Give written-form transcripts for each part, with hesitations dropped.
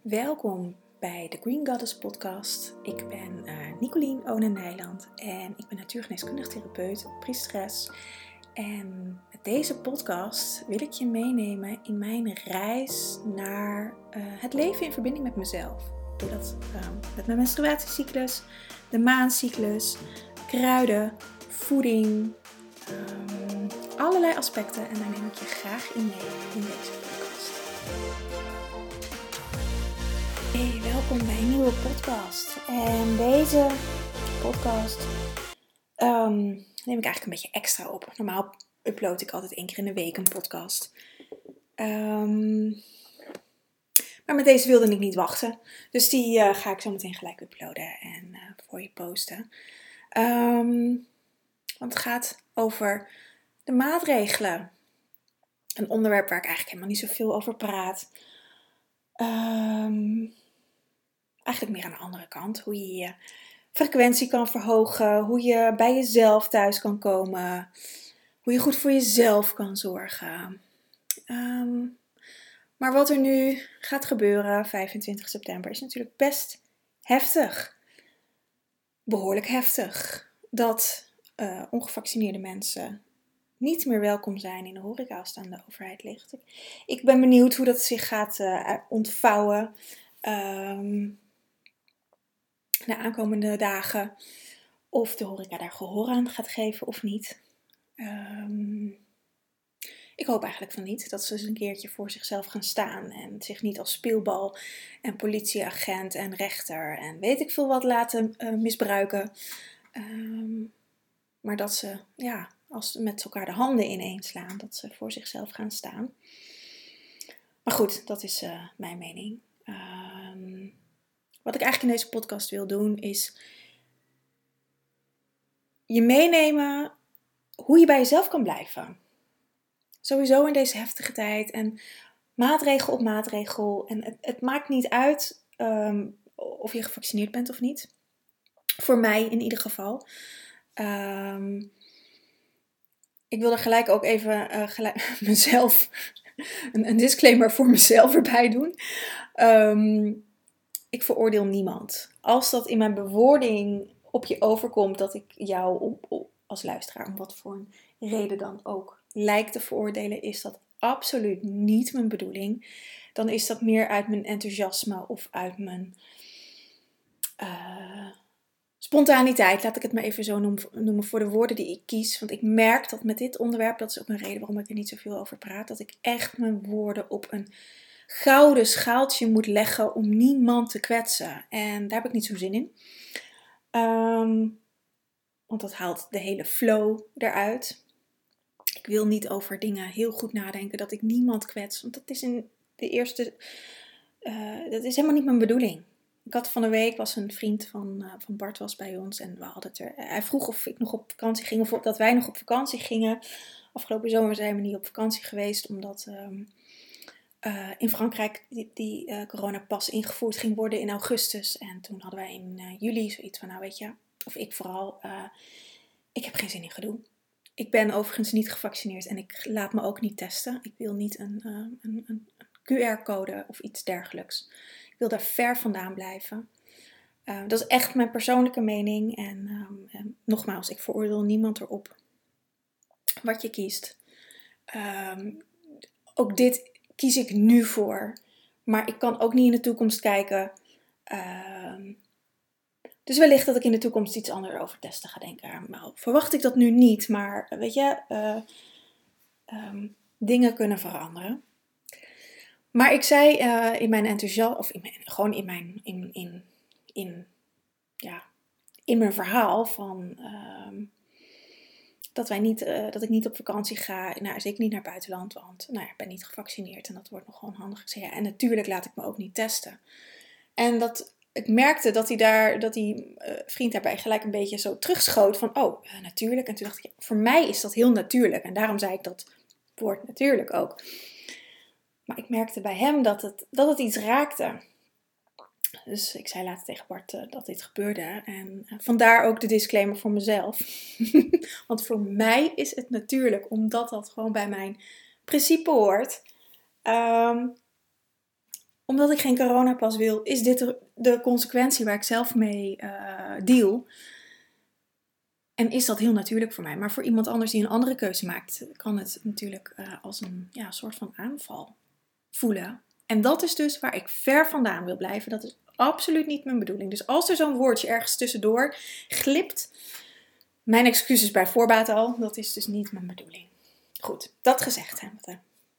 Welkom bij de Green Goddess podcast. Ik ben Nicolien Onen-Nijland en ik ben natuurgeneeskundig therapeut, priesteres. En met deze podcast wil ik je meenemen in mijn reis naar het leven in verbinding met mezelf. Ik doe dat met mijn menstruatiecyclus, de maancyclus, kruiden, voeding, allerlei aspecten. En daar neem ik je graag in mee in deze podcast. Hey, welkom bij een nieuwe podcast. En deze podcast neem ik eigenlijk een beetje extra op. Normaal upload ik altijd 1 keer in de week een podcast. Maar met deze wilde ik niet wachten. Dus die ga ik zo meteen gelijk uploaden en voor je posten. Want het gaat over de maatregelen. Een onderwerp waar ik eigenlijk helemaal niet zoveel over praat. Eigenlijk meer aan de andere kant. Hoe je je frequentie kan verhogen. Hoe je bij jezelf thuis kan komen. Hoe je goed voor jezelf kan zorgen. Maar wat er nu gaat gebeuren, 25 september, is natuurlijk best heftig. Behoorlijk heftig. Dat ongevaccineerde mensen niet meer welkom zijn in de horeca als het aan de overheid ligt. Ik ben benieuwd hoe dat zich gaat ontvouwen de aankomende dagen. Of de horeca daar gehoor aan gaat geven of niet. Ik hoop eigenlijk van niet. Dat ze eens een keertje voor zichzelf gaan staan. En zich niet als speelbal en politieagent en rechter en weet ik veel wat laten misbruiken. Maar dat ze, als ze met elkaar de handen ineenslaan, dat ze voor zichzelf gaan staan. Maar goed, dat is mijn mening. Wat ik eigenlijk in deze podcast wil doen, is je meenemen hoe je bij jezelf kan blijven. Sowieso in deze heftige tijd en maatregel op maatregel. En het maakt niet uit of je gevaccineerd bent of niet. Voor mij in ieder geval. Ik wil er gelijk ook even mezelf een disclaimer voor mezelf erbij doen. Ik veroordeel niemand. Als dat in mijn bewoording op je overkomt dat ik jou als luisteraar, om wat voor een reden dan ook, lijkt te veroordelen, is dat absoluut niet mijn bedoeling. Dan is dat meer uit mijn enthousiasme of uit mijn spontaniteit, laat ik het maar even zo noemen voor de woorden die ik kies. Want ik merk dat met dit onderwerp, dat is ook een reden waarom ik er niet zoveel over praat, dat ik echt mijn woorden op een gouden schaaltje moet leggen om niemand te kwetsen. En daar heb ik niet zo zin in. Want dat haalt de hele flow eruit. Ik wil niet over dingen heel goed nadenken, dat ik niemand kwets. Want dat is in de eerste... dat is helemaal niet mijn bedoeling. Ik had van de week, was een vriend van Bart was bij ons. En we hadden het er... Hij vroeg of ik nog op vakantie ging, of dat wij nog op vakantie gingen. Afgelopen zomer zijn we niet op vakantie geweest, omdat... in Frankrijk die coronapas ingevoerd ging worden in augustus. En toen hadden wij in juli zoiets van, nou weet je, of ik vooral, ik heb geen zin in gedoe. Ik ben overigens niet gevaccineerd en ik laat me ook niet testen. Ik wil niet een QR-code of iets dergelijks. Ik wil daar ver vandaan blijven. Dat is echt mijn persoonlijke mening. En nogmaals, ik veroordeel niemand erop wat je kiest. Ook dit kies ik nu voor. Maar ik kan ook niet in de toekomst kijken. Dus wellicht dat ik in de toekomst iets anders over testen ga denken. Nou, verwacht ik dat nu niet. Maar weet je, dingen kunnen veranderen. Maar ik zei in mijn enthousiasme, of in mijn verhaal van... dat ik niet op vakantie ga, zeker niet naar het buitenland, want ik ben niet gevaccineerd en dat wordt nog gewoon handig. Ik zei, en natuurlijk laat ik me ook niet testen. En ik merkte dat die vriend daarbij gelijk een beetje zo terugschoot van, natuurlijk. En toen dacht ik, voor mij is dat heel natuurlijk. En daarom zei ik dat woord natuurlijk ook. Maar ik merkte bij hem dat het iets raakte. Dus ik zei later tegen Bart dat dit gebeurde. En vandaar ook de disclaimer voor mezelf. Want voor mij is het natuurlijk, omdat dat gewoon bij mijn principe hoort. omdat ik geen coronapas wil, is dit de consequentie waar ik zelf mee deal. En is dat heel natuurlijk voor mij. Maar voor iemand anders die een andere keuze maakt, kan het natuurlijk als een soort van aanval voelen. En dat is dus waar ik ver vandaan wil blijven. Dat is absoluut niet mijn bedoeling. Dus als er zo'n woordje ergens tussendoor glipt, mijn excuses bij voorbaat al, dat is dus niet mijn bedoeling. Goed, dat gezegd hebbende.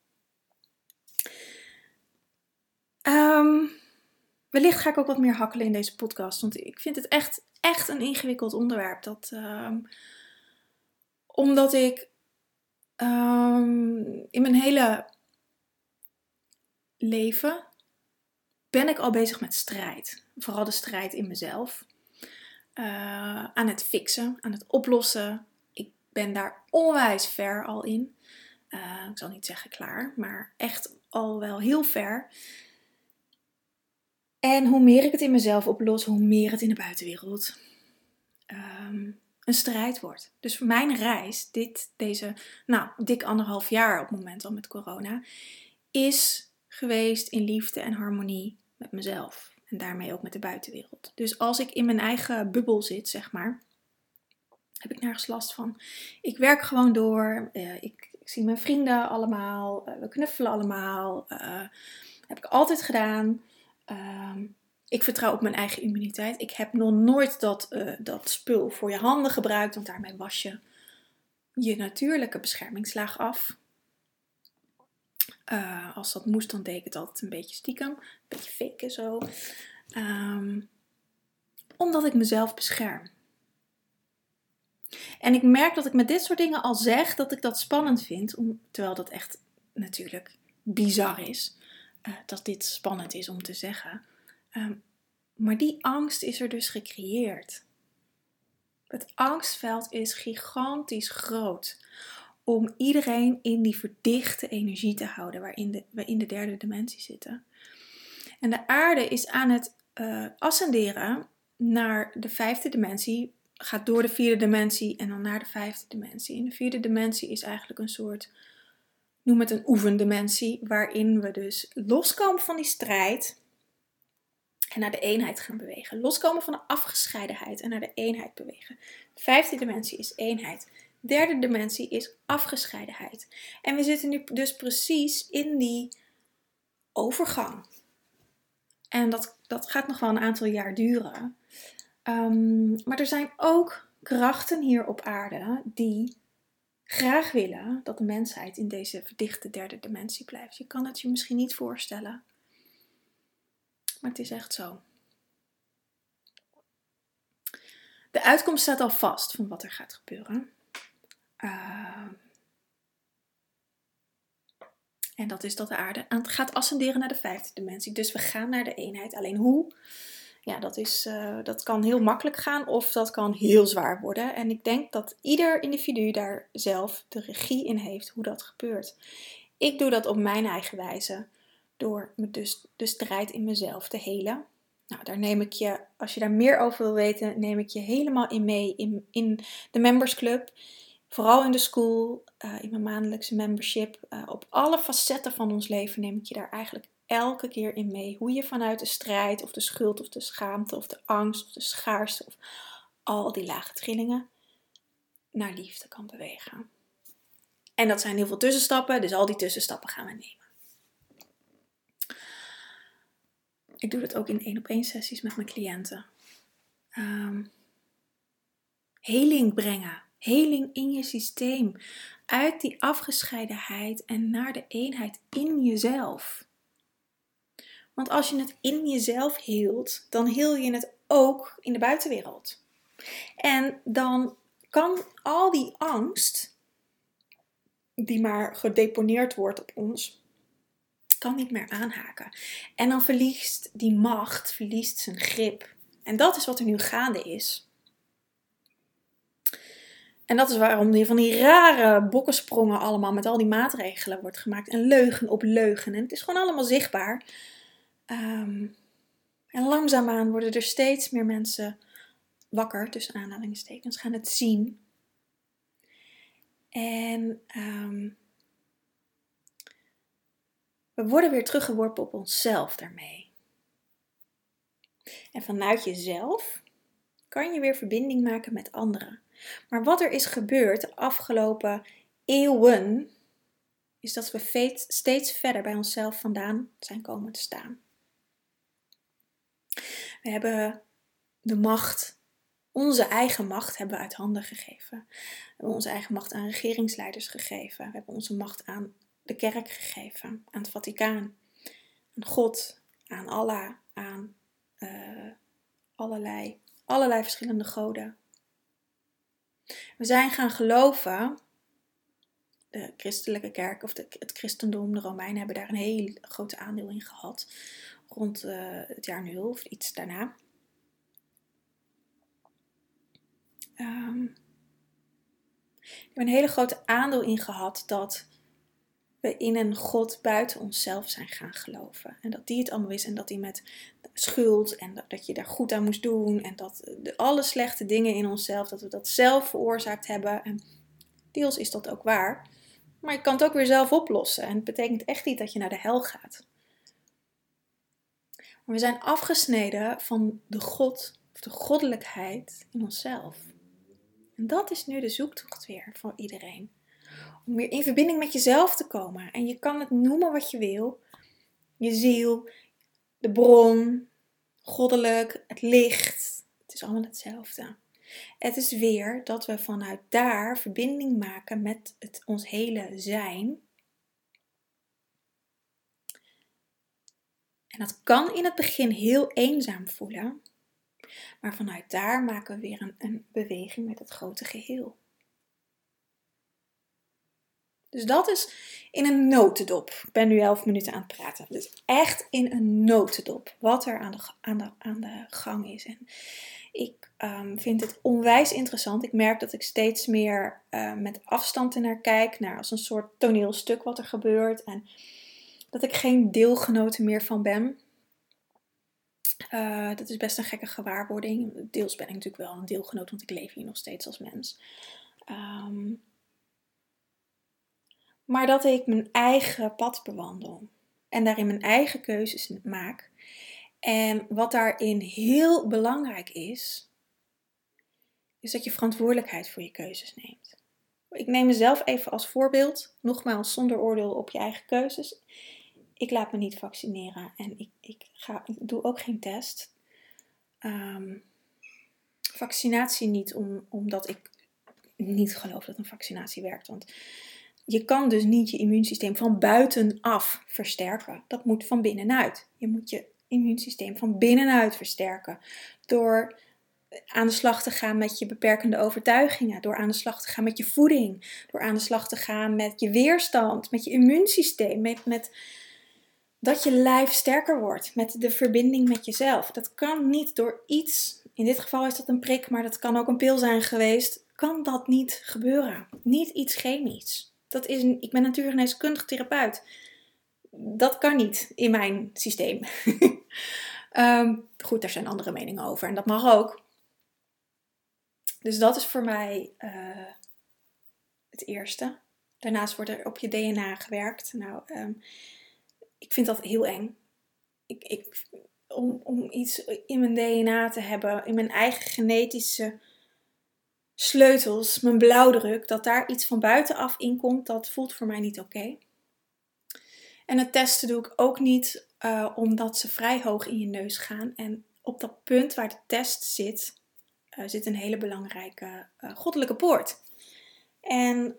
Wellicht ga ik ook wat meer hakkelen in deze podcast, want ik vind het echt een ingewikkeld onderwerp. Omdat ik in mijn hele leven ben ik al bezig met strijd. Vooral de strijd in mezelf. Aan het fixen, aan het oplossen. Ik ben daar onwijs ver al in. Ik zal niet zeggen klaar, maar echt al wel heel ver. En hoe meer ik het in mezelf oplos, hoe meer het in de buitenwereld een strijd wordt. Dus voor mijn reis, deze dik 1,5 jaar op het moment al met corona, is geweest in liefde en harmonie met mezelf. En daarmee ook met de buitenwereld. Dus als ik in mijn eigen bubbel zit, zeg maar, heb ik nergens last van. Ik werk gewoon door. Ik zie mijn vrienden allemaal. We knuffelen allemaal. Heb ik altijd gedaan. Ik vertrouw op mijn eigen immuniteit. Ik heb nog nooit dat spul voor je handen gebruikt. Want daarmee was je je natuurlijke beschermingslaag af. Als dat moest, dan deed ik het altijd een beetje stiekem. Een beetje fake en zo. Omdat ik mezelf bescherm. En ik merk dat ik met dit soort dingen al zeg dat ik dat spannend vind. Terwijl dat echt natuurlijk bizar is. Dat dit spannend is om te zeggen. Maar die angst is er dus gecreëerd. Het angstveld is gigantisch groot. Om iedereen in die verdichte energie te houden waarin we in de derde dimensie zitten. En de aarde is aan het ascenderen naar de 5e dimensie. Gaat door de 4e dimensie en dan naar de 5e dimensie. En de 4e dimensie is eigenlijk een soort, noem het een oefendimensie, waarin we dus loskomen van die strijd en naar de eenheid gaan bewegen. Loskomen van de afgescheidenheid en naar de eenheid bewegen. De 5e dimensie is eenheid. De 3e dimensie is afgescheidenheid. En we zitten nu dus precies in die overgang. En dat gaat nog wel een aantal jaar duren. Maar er zijn ook krachten hier op aarde die graag willen dat de mensheid in deze verdichte 3e dimensie blijft. Je kan het je misschien niet voorstellen. Maar het is echt zo. De uitkomst staat al vast van wat er gaat gebeuren. En dat is dat de aarde gaat ascenderen naar de 5e dimensie. Dus we gaan naar de eenheid. Alleen hoe? Ja, dat kan heel makkelijk gaan of dat kan heel zwaar worden. En ik denk dat ieder individu daar zelf de regie in heeft hoe dat gebeurt. Ik doe dat op mijn eigen wijze. Door me dus de strijd in mezelf te helen. Nou, daar neem ik je, als je daar meer over wil weten, neem ik je helemaal in mee in de Members Club. Vooral in de school, in mijn maandelijkse membership. Op alle facetten van ons leven neem ik je daar eigenlijk elke keer in mee. Hoe je vanuit de strijd of de schuld of de schaamte of de angst of de schaarste of al die lage trillingen naar liefde kan bewegen. En dat zijn heel veel tussenstappen, dus al die tussenstappen gaan we nemen. Ik doe dat ook in 1-op-1 sessies met mijn cliënten. Heling brengen. Heling in je systeem. Uit die afgescheidenheid en naar de eenheid in jezelf. Want als je het in jezelf heelt, dan heel je het ook in de buitenwereld. En dan kan al die angst, die maar gedeponeerd wordt op ons, kan niet meer aanhaken. En dan verliest die macht, zijn grip. En dat is wat er nu gaande is. En dat is waarom van die rare bokkensprongen allemaal met al die maatregelen wordt gemaakt. En leugen op leugen. En het is gewoon allemaal zichtbaar. En langzaamaan worden er steeds meer mensen wakker, tussen aanhalingstekens, gaan het zien. En We worden weer teruggeworpen op onszelf daarmee. En vanuit jezelf kan je weer verbinding maken met anderen. Maar wat er is gebeurd de afgelopen eeuwen, is dat we steeds verder bij onszelf vandaan zijn komen te staan. We hebben de macht, onze eigen macht hebben we uit handen gegeven. We hebben onze eigen macht aan regeringsleiders gegeven. We hebben onze macht aan de kerk gegeven, aan het Vaticaan, aan God, aan Allah, aan allerlei verschillende goden. We zijn gaan geloven, de christelijke kerk of het christendom, de Romeinen hebben daar een heel groot aandeel in gehad. Rond het jaar 0 of iets daarna. We hebben een hele grote aandeel in gehad dat we in een God buiten onszelf zijn gaan geloven. En dat die het allemaal is en dat die met schuld en dat je daar goed aan moest doen. En dat alle slechte dingen in onszelf, dat we dat zelf veroorzaakt hebben. En deels is dat ook waar. Maar je kan het ook weer zelf oplossen. En het betekent echt niet dat je naar de hel gaat. Maar we zijn afgesneden van de God of de goddelijkheid in onszelf. En dat is nu de zoektocht weer voor iedereen. Om weer in verbinding met jezelf te komen. En je kan het noemen wat je wil. Je ziel, de bron, goddelijk, het licht. Het is allemaal hetzelfde. Het is weer dat we vanuit daar verbinding maken met ons hele zijn. En dat kan in het begin heel eenzaam voelen. Maar vanuit daar maken we weer een beweging met het grote geheel. Dus dat is in een notendop. Ik ben nu 11 minuten aan het praten. Dus echt in een notendop wat er aan de gang is. En ik vind het onwijs interessant. Ik merk dat ik steeds meer met afstand ernaar kijk. Naar als een soort toneelstuk wat er gebeurt. En dat ik geen deelgenote meer van ben. Dat is best een gekke gewaarwording. Deels ben ik natuurlijk wel een deelgenoot, want ik leef hier nog steeds als mens. Maar dat ik mijn eigen pad bewandel. En daarin mijn eigen keuzes maak. En wat daarin heel belangrijk is dat je verantwoordelijkheid voor je keuzes neemt. Ik neem mezelf even als voorbeeld. Nogmaals, zonder oordeel op je eigen keuzes. Ik laat me niet vaccineren en ik doe ook geen test. Vaccinatie niet, omdat ik niet geloof dat een vaccinatie werkt. Want je kan dus niet je immuunsysteem van buitenaf versterken. Dat moet van binnenuit. Je moet je immuunsysteem van binnenuit versterken. Door aan de slag te gaan met je beperkende overtuigingen. Door aan de slag te gaan met je voeding. Door aan de slag te gaan met je weerstand. Met je immuunsysteem. Met dat je lijf sterker wordt. Met de verbinding met jezelf. Dat kan niet door iets. In dit geval is dat een prik, maar dat kan ook een pil zijn geweest. Kan dat niet gebeuren. Niet iets chemisch. Ik ben natuurgeneeskundig therapeut. Dat kan niet in mijn systeem. Goed, daar zijn andere meningen over. En dat mag ook. Dus dat is voor mij het eerste. Daarnaast wordt er op je DNA gewerkt. Nou, ik vind dat heel eng. Om iets in mijn DNA te hebben, in mijn eigen genetische sleutels, mijn blauwdruk, dat daar iets van buitenaf in komt, dat voelt voor mij niet oké. En het testen doe ik ook niet omdat ze vrij hoog in je neus gaan. En op dat punt waar de test zit, zit een hele belangrijke goddelijke poort. En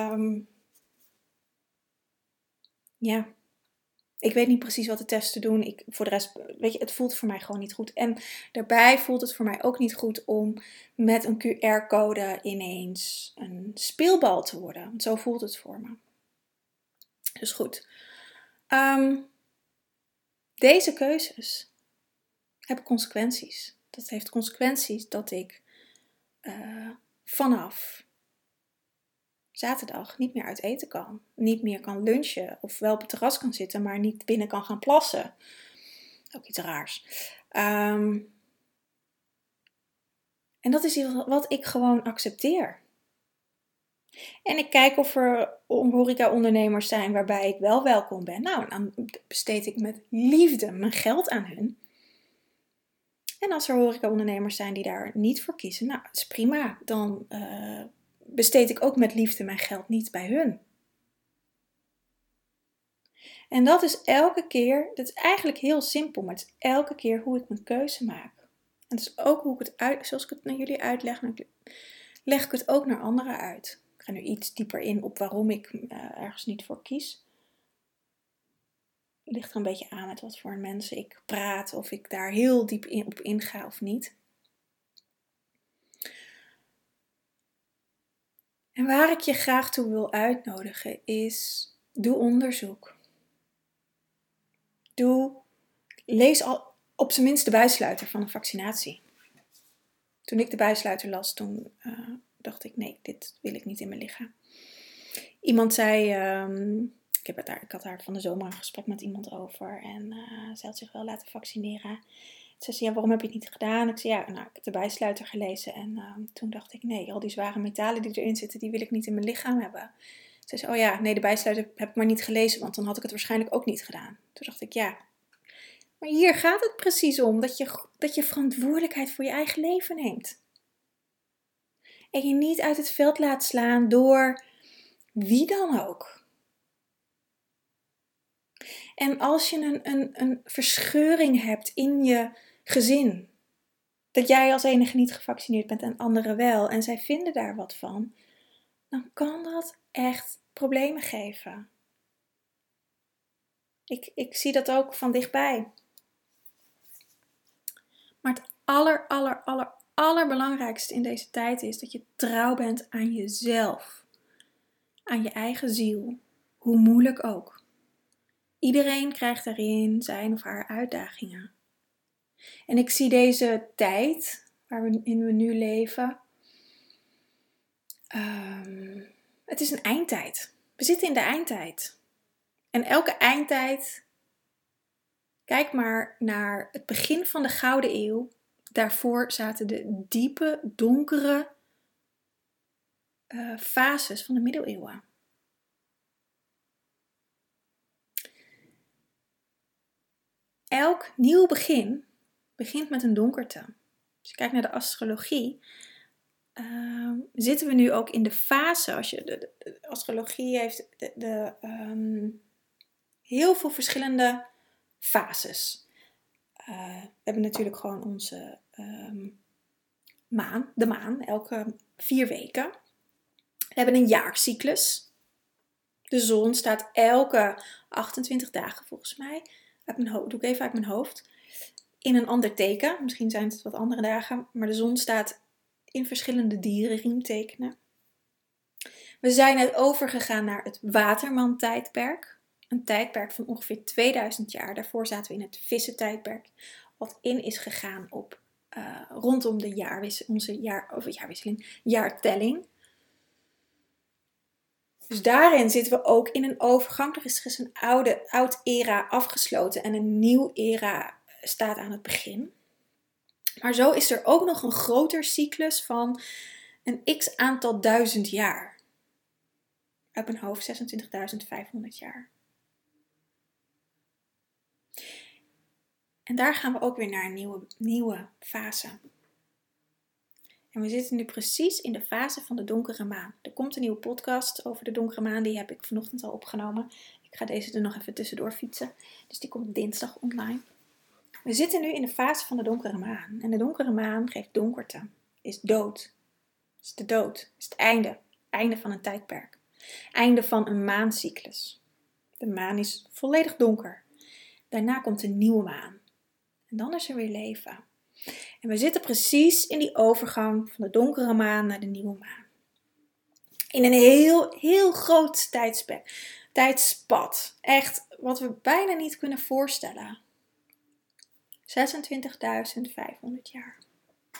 ja, ik weet niet precies wat de testen doen. Voor de rest, weet je, het voelt voor mij gewoon niet goed. En daarbij voelt het voor mij ook niet goed om met een QR-code ineens een speelbal te worden. Want zo voelt het voor me. Dus goed. Deze keuzes hebben consequenties. Dat heeft consequenties dat ik vanaf zaterdag niet meer uit eten kan. Niet meer kan lunchen. Of wel op het terras kan zitten, maar niet binnen kan gaan plassen. Ook iets raars. En dat is iets wat ik gewoon accepteer. En ik kijk of er horeca-ondernemers zijn waarbij ik wel welkom ben. Nou, dan besteed ik met liefde mijn geld aan hun. En als er horeca-ondernemers zijn die daar niet voor kiezen, nou, dat is prima. Dan besteed ik ook met liefde mijn geld niet bij hun. En dat is elke keer, dat is eigenlijk heel simpel, maar het is elke keer hoe ik mijn keuze maak. En dat is ook hoe ik het zoals ik het naar jullie uitleg, leg ik het ook naar anderen uit. Ik ga nu iets dieper in op waarom ik ergens niet voor kies. Het ligt er een beetje aan met wat voor mensen ik praat, of ik daar heel diep op inga of niet. En waar ik je graag toe wil uitnodigen is, doe onderzoek. Lees al op zijn minst de bijsluiter van een vaccinatie. Toen ik de bijsluiter las, toen dacht ik, nee, dit wil ik niet in mijn lichaam. Iemand zei, ik had daar van de zomer een gesprek met iemand over en ze had zich wel laten vaccineren. Ze zei, ja, waarom heb je het niet gedaan? Ik zei, ja, nou, ik heb de bijsluiter gelezen en toen dacht ik, nee, al die zware metalen die erin zitten, die wil ik niet in mijn lichaam hebben. Ze zei, oh ja, nee, de bijsluiter heb ik maar niet gelezen, want dan had ik het waarschijnlijk ook niet gedaan. Toen dacht ik, ja, maar hier gaat het precies om, dat je verantwoordelijkheid voor je eigen leven neemt. En je niet uit het veld laat slaan door wie dan ook. En als je een verscheuring hebt in je gezin, dat jij als enige niet gevaccineerd bent en anderen wel, en zij vinden daar wat van, dan kan dat echt problemen geven. Ik zie dat ook van dichtbij. Maar het allerbelangrijkste in deze tijd is dat je trouw bent aan jezelf. Aan je eigen ziel. Hoe moeilijk ook. Iedereen krijgt daarin zijn of haar uitdagingen. En ik zie deze tijd waarin we nu leven. Het is een eindtijd. We zitten in de eindtijd. En elke eindtijd, kijk maar naar het begin van de Gouden Eeuw. Daarvoor zaten de diepe, donkere fases van de middeleeuwen. Elk nieuw begin begint met een donkerte. Als je kijkt naar de astrologie, zitten we nu ook in de fase. Als je de astrologie heeft heel veel verschillende fases. We hebben natuurlijk gewoon onze maan, de maan, elke 4 weken. We hebben een jaarcyclus. De zon staat elke 28 dagen volgens mij. Doe ik even uit mijn hoofd. In een ander teken. Misschien zijn het wat andere dagen. Maar de zon staat in verschillende dierenriemtekenen. We zijn net overgegaan naar het Waterman-tijdperk. Een tijdperk van ongeveer 2000 jaar. Daarvoor zaten we in het Vissen-tijdperk. Wat in is gegaan op rondom de jaartelling. Dus daarin zitten we ook in een overgang. Er is dus een oud era afgesloten en een nieuw era staat aan het begin. Maar zo is er ook nog een groter cyclus van een x aantal duizend jaar. Uit mijn hoofd 26.500 jaar. En daar gaan we ook weer naar een nieuwe fase. En we zitten nu precies in de fase van de donkere maan. Er komt een nieuwe podcast over de donkere maan. Die heb ik vanochtend al opgenomen. Ik ga deze er nog even tussendoor fietsen. Dus die komt dinsdag online. We zitten nu in de fase van de donkere maan. En de donkere maan geeft donkerte. Is dood. Is de dood. Is het einde. Einde van een tijdperk. Einde van een maancyclus. De maan is volledig donker. Daarna komt een nieuwe maan. En dan is er weer leven. En we zitten precies in die overgang van de donkere maan naar de nieuwe maan. In een heel groot tijdspad. Echt wat we bijna niet kunnen voorstellen. 26.500 jaar.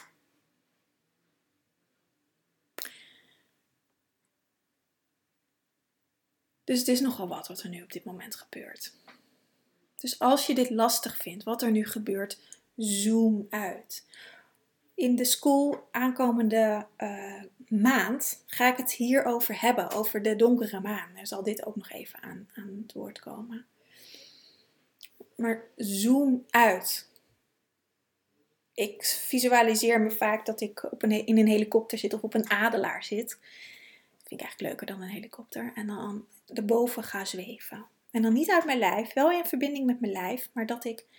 Dus het is nogal wat er nu op dit moment gebeurt. Dus als je dit lastig vindt, wat er nu gebeurt, zoom uit. In de school aankomende maand ga ik het hierover hebben, over de donkere maan. Er zal dit ook nog even aan het woord komen. Maar zoom uit. Ik visualiseer me vaak dat ik in een helikopter zit of op een adelaar zit. Dat vind ik eigenlijk leuker dan een helikopter. En dan erboven ga zweven. En dan niet uit mijn lijf, wel in verbinding met mijn lijf, maar dat ik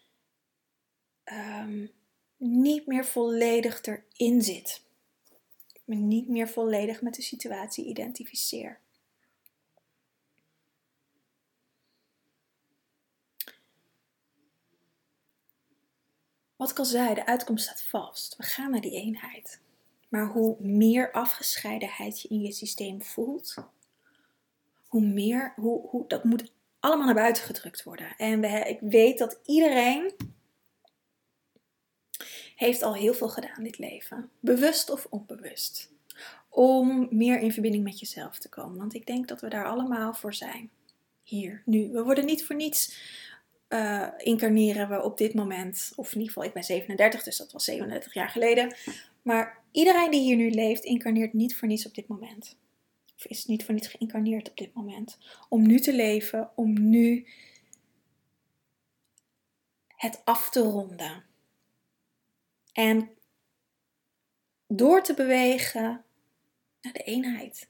niet meer volledig erin zit. Me niet meer volledig met de situatie identificeer. Wat ik al zei, de uitkomst staat vast. We gaan naar die eenheid. Maar hoe meer afgescheidenheid je in je systeem voelt, hoe dat moet allemaal naar buiten gedrukt worden. En ik weet dat iedereen heeft al heel veel gedaan dit leven. Bewust of onbewust. Om meer in verbinding met jezelf te komen. Want ik denk dat we daar allemaal voor zijn. Hier, nu. We worden niet voor niets incarneren we op dit moment. Of in ieder geval, ik ben 37, dus dat was 37 jaar geleden. Maar iedereen die hier nu leeft, incarneert niet voor niets op dit moment. Of is niet voor niets geïncarneerd op dit moment. Om nu te leven, om nu het af te ronden. En door te bewegen naar de eenheid.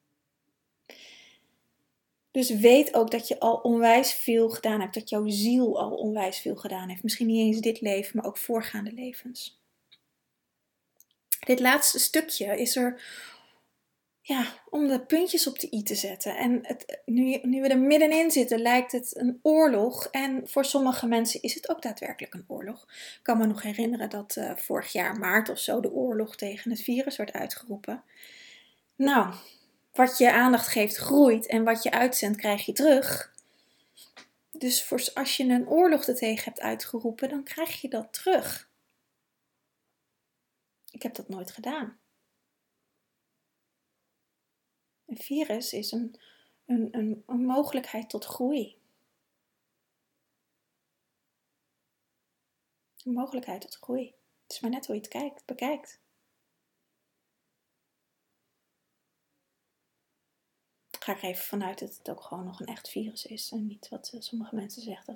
Dus weet ook dat je al onwijs veel gedaan hebt. Dat jouw ziel al onwijs veel gedaan heeft. Misschien niet eens dit leven, maar ook voorgaande levens. Dit laatste stukje is er om de puntjes op de i te zetten. En nu we er middenin zitten, lijkt het een oorlog. En voor sommige mensen is het ook daadwerkelijk een oorlog. Ik kan me nog herinneren dat vorig jaar maart of zo de oorlog tegen het virus werd uitgeroepen. Nou, wat je aandacht geeft groeit en wat je uitzendt krijg je terug. Dus als je een oorlog ertegen hebt uitgeroepen, dan krijg je dat terug. Ik heb dat nooit gedaan. Een virus is een mogelijkheid tot groei. Een mogelijkheid tot groei. Het is maar net hoe je het bekijkt. Ik ga er even vanuit dat het ook gewoon nog een echt virus is. En niet wat sommige mensen zeggen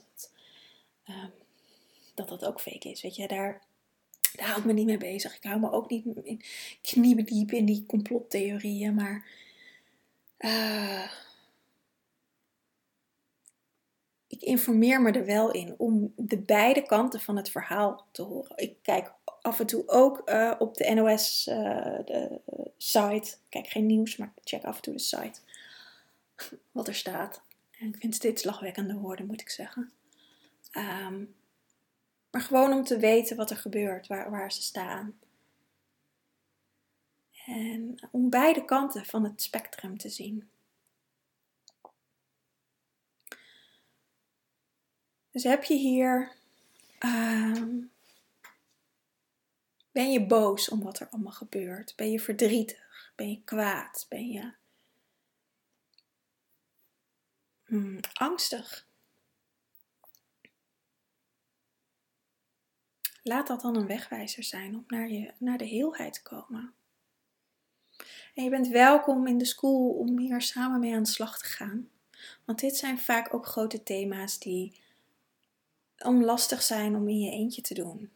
dat ook fake is. Weet je, daar hou ik me niet mee bezig. Ik hou me ook niet kniebediep in die complottheorieën. Maar ik informeer me er wel in om de beide kanten van het verhaal te horen. Ik kijk af en toe ook op de NOS de site. Ik kijk geen nieuws, maar ik check af en toe de site. Wat er staat. En ik vind steeds lachwekkende woorden, moet ik zeggen. Maar gewoon om te weten wat er gebeurt, waar ze staan. En om beide kanten van het spectrum te zien. Dus heb je hier... ben je boos om wat er allemaal gebeurt? Ben je verdrietig? Ben je kwaad? Ben je angstig? Laat dat dan een wegwijzer zijn om naar de heelheid te komen. En je bent welkom in de school om hier samen mee aan de slag te gaan. Want dit zijn vaak ook grote thema's die lastig zijn om in je eentje te doen.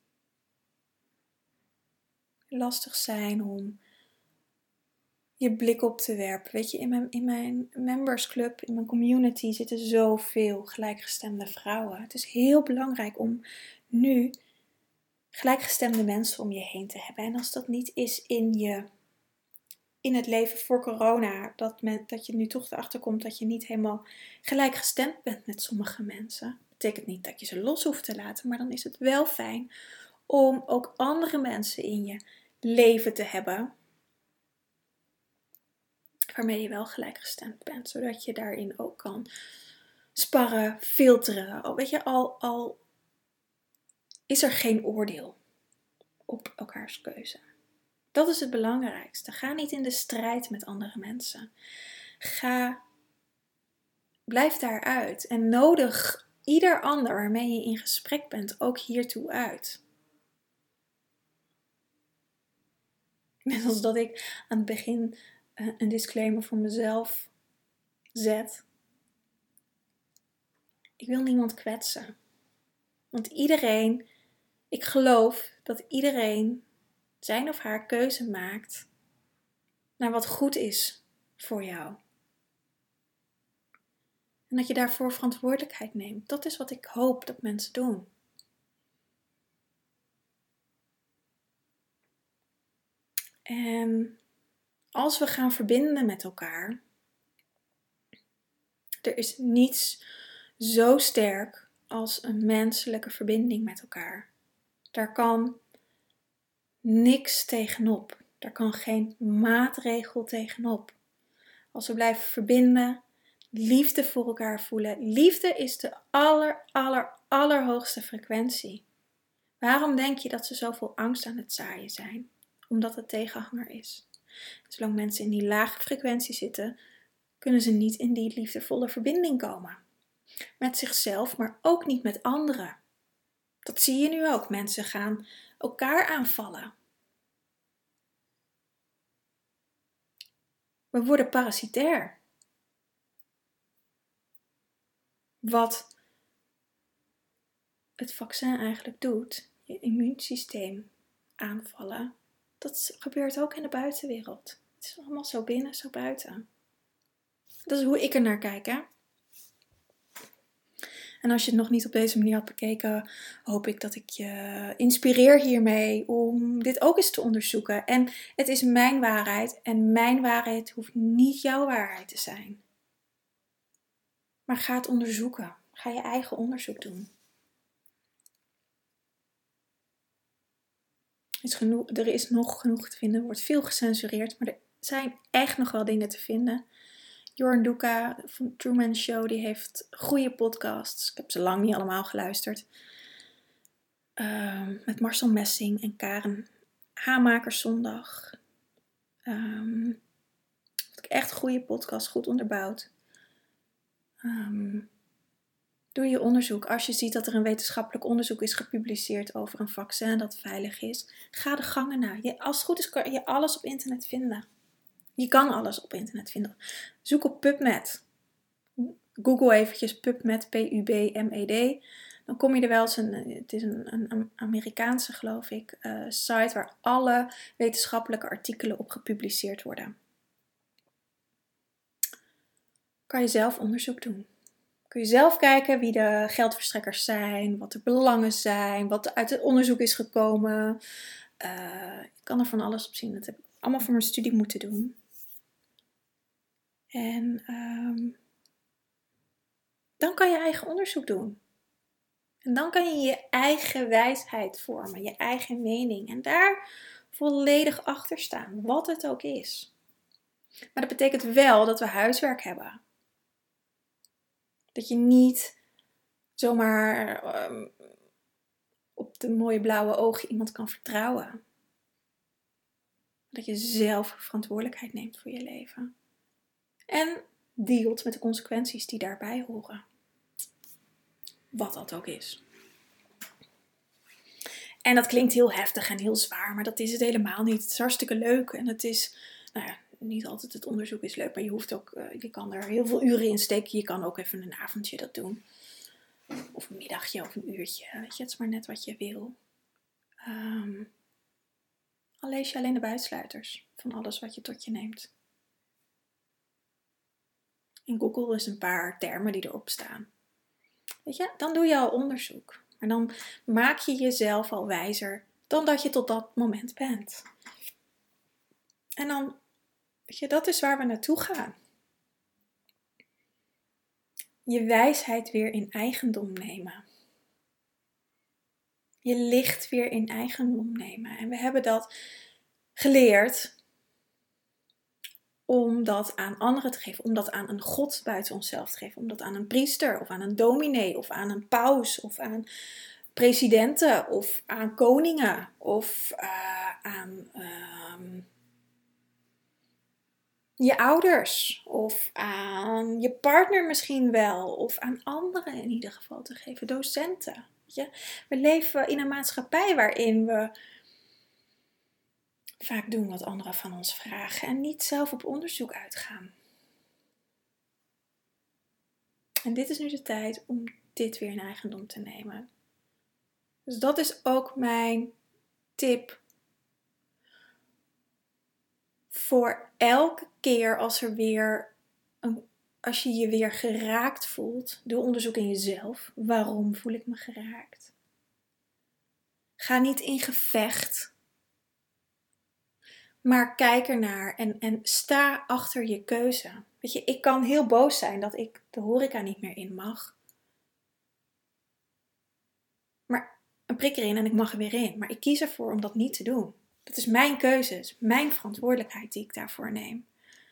Lastig zijn om je blik op te werpen. Weet je, in mijn membersclub, in mijn community zitten zoveel gelijkgestemde vrouwen. Het is heel belangrijk om nu gelijkgestemde mensen om je heen te hebben. En als dat niet is in het leven voor corona, dat je nu toch erachter komt dat je niet helemaal gelijkgestemd bent met sommige mensen. Betekent niet dat je ze los hoeft te laten, maar dan is het wel fijn om ook andere mensen in je leven te hebben waarmee je wel gelijkgestemd bent, zodat je daarin ook kan sparren, filteren. Weet je, al is er geen oordeel op elkaars keuze. Dat is het belangrijkste. Ga niet in de strijd met andere mensen. Blijf daaruit en nodig ieder ander waarmee je in gesprek bent ook hiertoe uit. Net als dat ik aan het begin een disclaimer voor mezelf zet. Ik wil niemand kwetsen. Want ik geloof dat iedereen zijn of haar keuze maakt naar wat goed is voor jou. En dat je daarvoor verantwoordelijkheid neemt. Dat is wat ik hoop dat mensen doen. En als we gaan verbinden met elkaar, er is niets zo sterk als een menselijke verbinding met elkaar. Daar kan niks tegenop. Daar kan geen maatregel tegenop. Als we blijven verbinden, liefde voor elkaar voelen. Liefde is de allerhoogste frequentie. Waarom denk je dat ze zoveel angst aan het zaaien zijn? Omdat het tegenhanger is. Zolang mensen in die lage frequentie zitten, kunnen ze niet in die liefdevolle verbinding komen. Met zichzelf, maar ook niet met anderen. Dat zie je nu ook. Mensen gaan elkaar aanvallen. We worden parasitair. Wat het vaccin eigenlijk doet, je immuunsysteem aanvallen, dat gebeurt ook in de buitenwereld. Het is allemaal zo binnen, zo buiten. Dat is hoe ik er naar kijk, hè. En als je het nog niet op deze manier had bekeken, hoop ik dat ik je inspireer hiermee om dit ook eens te onderzoeken. En het is mijn waarheid en mijn waarheid hoeft niet jouw waarheid te zijn. Maar ga het onderzoeken. Ga je eigen onderzoek doen. Er is nog genoeg te vinden. Er wordt veel gecensureerd. Maar er zijn echt nog wel dingen te vinden. Jorn Duca van Truman Show. Die heeft goede podcasts. Ik heb ze lang niet allemaal geluisterd. Met Marcel Messing en Karen Hamakers zondag. Echt goede podcast. Goed onderbouwd. Doe je onderzoek. Als je ziet dat er een wetenschappelijk onderzoek is gepubliceerd over een vaccin dat veilig is, ga de gangen na. Als het goed is kan je alles op internet vinden. Je kan alles op internet vinden. Zoek op PubMed. Google eventjes PubMed, P-U-B-M-E-D. Dan kom je er wel eens het is een Amerikaanse, geloof ik, site waar alle wetenschappelijke artikelen op gepubliceerd worden. Kan je zelf onderzoek doen. Kun je zelf kijken wie de geldverstrekkers zijn, wat de belangen zijn, wat er uit het onderzoek is gekomen. Ik kan er van alles op zien. Dat heb ik allemaal voor mijn studie moeten doen. En dan kan je eigen onderzoek doen. En dan kan je je eigen wijsheid vormen, je eigen mening. En daar volledig achter staan, wat het ook is. Maar dat betekent wel dat we huiswerk hebben. Dat je niet zomaar op de mooie blauwe ogen iemand kan vertrouwen. Dat je zelf verantwoordelijkheid neemt voor je leven. En dealt met de consequenties die daarbij horen. Wat dat ook is. En dat klinkt heel heftig en heel zwaar, maar dat is het helemaal niet. Het is hartstikke leuk en het is, niet altijd het onderzoek is leuk, maar je kan er heel veel uren in steken. Je kan ook even een avondje dat doen. Of een middagje of een uurtje. Weet je, het is maar net wat je wil. Al lees je alleen de buitsluiters van alles wat je tot je neemt. In Google is een paar termen die erop staan. Weet je, dan doe je al onderzoek. Maar dan maak je jezelf al wijzer dan dat je tot dat moment bent. En dan, weet je, dat is waar we naartoe gaan. Je wijsheid weer in eigendom nemen. Je licht weer in eigendom nemen. En we hebben dat geleerd om dat aan anderen te geven. Om dat aan een god buiten onszelf te geven. Om dat aan een priester of aan een dominee of aan een paus of aan presidenten of aan koningen of aan je ouders of aan je partner misschien wel of aan anderen in ieder geval te geven, docenten. Weet je? We leven in een maatschappij waarin we vaak doen wat anderen van ons vragen en niet zelf op onderzoek uitgaan. En dit is nu de tijd om dit weer in eigendom te nemen. Dus dat is ook mijn tip voor elke keer als je je weer geraakt voelt. Doe onderzoek in jezelf. Waarom voel ik me geraakt? Ga niet in gevecht. Maar kijk ernaar en sta achter je keuze. Weet je, ik kan heel boos zijn dat ik de horeca niet meer in mag. Maar een prik erin en ik mag er weer in. Maar ik kies ervoor om dat niet te doen. Dat is mijn keuze, het is mijn verantwoordelijkheid die ik daarvoor neem.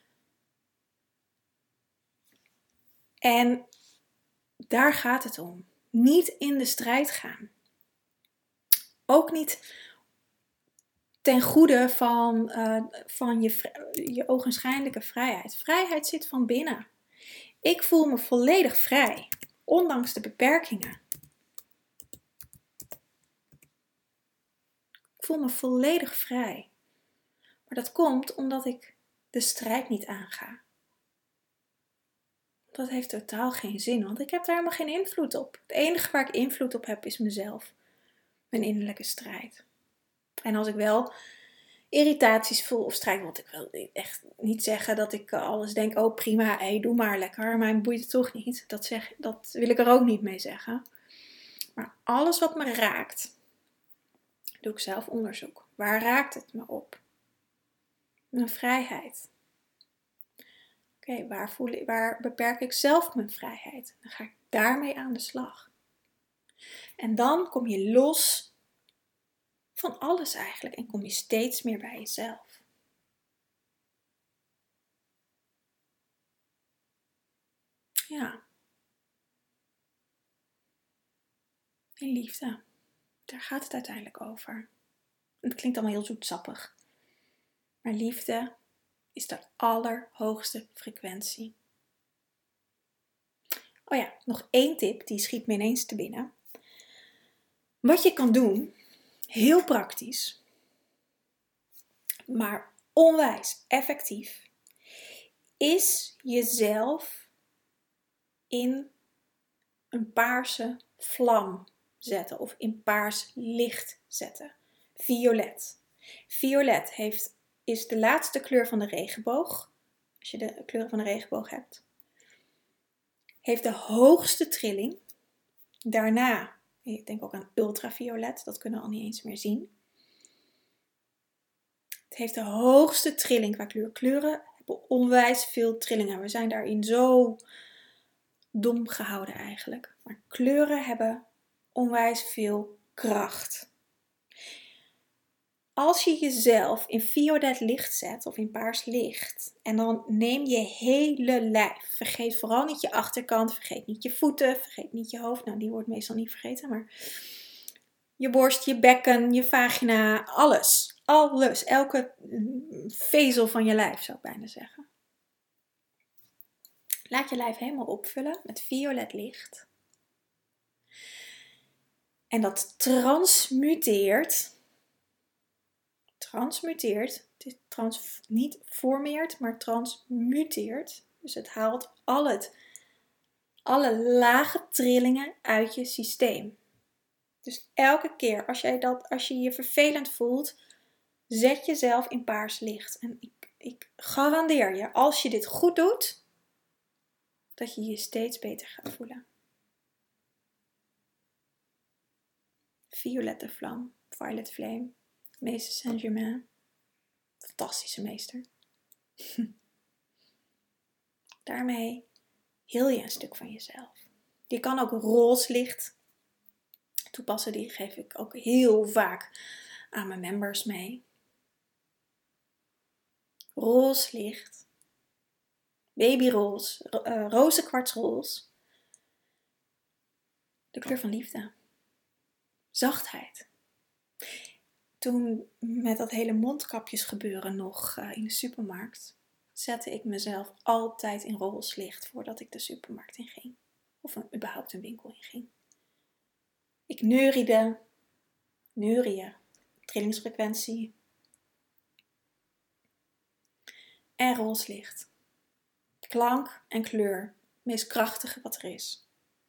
En daar gaat het om. Niet in de strijd gaan. Ook niet ten goede van je ogenschijnlijke vrijheid. Vrijheid zit van binnen. Ik voel me volledig vrij, ondanks de beperkingen. Ik voel me volledig vrij. Maar dat komt omdat ik de strijd niet aanga. Dat heeft totaal geen zin, want ik heb daar helemaal geen invloed op. Het enige waar ik invloed op heb is mezelf. Mijn innerlijke strijd. En als ik wel irritaties voel of strijd, want ik wil echt niet zeggen dat ik alles denk, oh prima, hey, doe maar lekker, maar mij boeit het toch niet. Dat wil ik er ook niet mee zeggen. Maar alles wat me raakt, doe ik zelf onderzoek. Waar raakt het me op? Mijn vrijheid. Oké, waar beperk ik zelf mijn vrijheid? Dan ga ik daarmee aan de slag. En dan kom je los van alles eigenlijk en kom je steeds meer bij jezelf. Ja. In liefde. Daar gaat het uiteindelijk over. Het klinkt allemaal heel zoetsappig. Maar liefde is de allerhoogste frequentie. Oh ja, nog één tip, die schiet me ineens te binnen. Wat je kan doen, heel praktisch, maar onwijs effectief, is jezelf in een paarse vlam zetten of in paars licht zetten. Violet. Violet is de laatste kleur van de regenboog. Als je de kleuren van de regenboog hebt. Heeft de hoogste trilling. Daarna, ik denk ook aan ultraviolet. Dat kunnen we al niet eens meer zien. Het heeft de hoogste trilling qua kleur. Kleuren hebben onwijs veel trillingen. We zijn daarin zo dom gehouden eigenlijk. Maar kleuren hebben onwijs veel kracht. Als je jezelf in violet licht zet of in paars licht en dan neem je hele lijf. Vergeet vooral niet je achterkant, vergeet niet je voeten, vergeet niet je hoofd. Nou, die wordt meestal niet vergeten, maar je borst, je bekken, je vagina, alles. Alles, elke vezel van je lijf zou ik bijna zeggen. Laat je lijf helemaal opvullen met violet licht. En dat transmuteert, niet formeert, maar transmuteert. Dus het haalt alle lage trillingen uit je systeem. Dus elke keer als je je vervelend voelt, zet jezelf in paars licht. En ik garandeer je, als je dit goed doet, dat je je steeds beter gaat voelen. Violette vlam, Violet Flame, meester Saint-Germain. Fantastische meester. Daarmee heel je een stuk van jezelf. Je kan ook roze licht toepassen. Die geef ik ook heel vaak aan mijn members mee. Roze licht. Babyroze. Rozenkwartsroze. De kleur van liefde. Zachtheid. Toen met dat hele mondkapjesgebeuren nog in de supermarkt, zette ik mezelf altijd in roze licht voordat ik de supermarkt in ging. Of überhaupt een winkel in ging. Ik neurieën, trillingsfrequentie, en roze licht. Klank en kleur, het meest krachtige wat er is.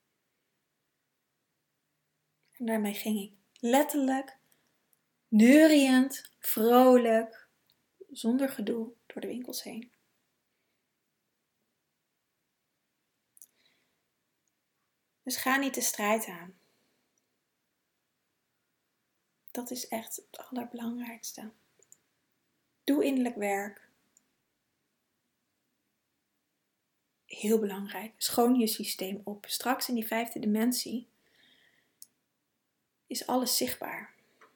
En daarmee ging ik letterlijk, neuriënd, vrolijk, zonder gedoe door de winkels heen. Dus ga niet de strijd aan. Dat is echt het allerbelangrijkste. Doe innerlijk werk. Heel belangrijk. Schoon je systeem op. Straks in die 5e dimensie is alles zichtbaar.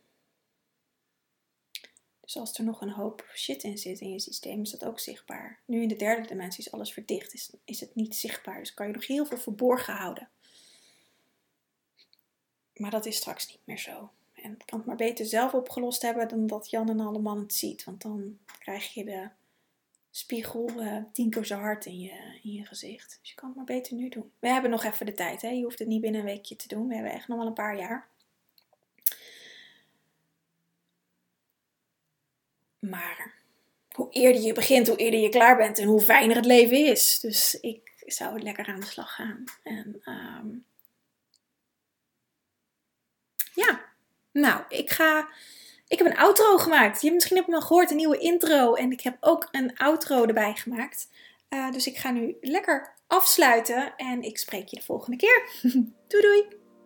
Dus als er nog een hoop shit in zit in je systeem, is dat ook zichtbaar. Nu in de 3e dimensie is alles verdicht, is het niet zichtbaar. Dus kan je nog heel veel verborgen houden. Maar dat is straks niet meer zo. En ik kan het maar beter zelf opgelost hebben dan dat Jan en alle mannen het ziet. Want dan krijg je de spiegel 10 keer zo hard in je gezicht. Dus je kan het maar beter nu doen. We hebben nog even de tijd. Hè? Je hoeft het niet binnen een weekje te doen. We hebben echt nog wel een paar jaar. Maar hoe eerder je begint, hoe eerder je klaar bent. En hoe fijner het leven is. Dus ik zou lekker aan de slag gaan. En ja, nou, ik heb een outro gemaakt. Misschien heb je hem al gehoord, een nieuwe intro. En ik heb ook een outro erbij gemaakt. Dus ik ga nu lekker afsluiten. En ik spreek je de volgende keer. Doei doei!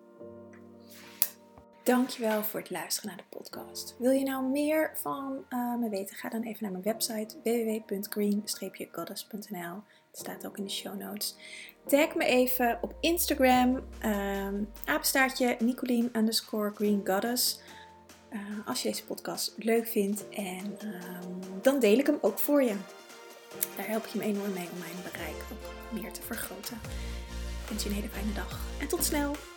Dankjewel voor het luisteren naar de podcast. Wil je nou meer van me weten? Ga dan even naar mijn website www.green-goddess.nl. Het staat ook in de show notes. Tag me even op Instagram, apenstaartje Nicolien_greengoddess. Als je deze podcast leuk vindt. En dan deel ik hem ook voor je. Daar help je me enorm mee om mijn bereik ook meer te vergroten. Ik wens je een hele fijne dag en tot snel!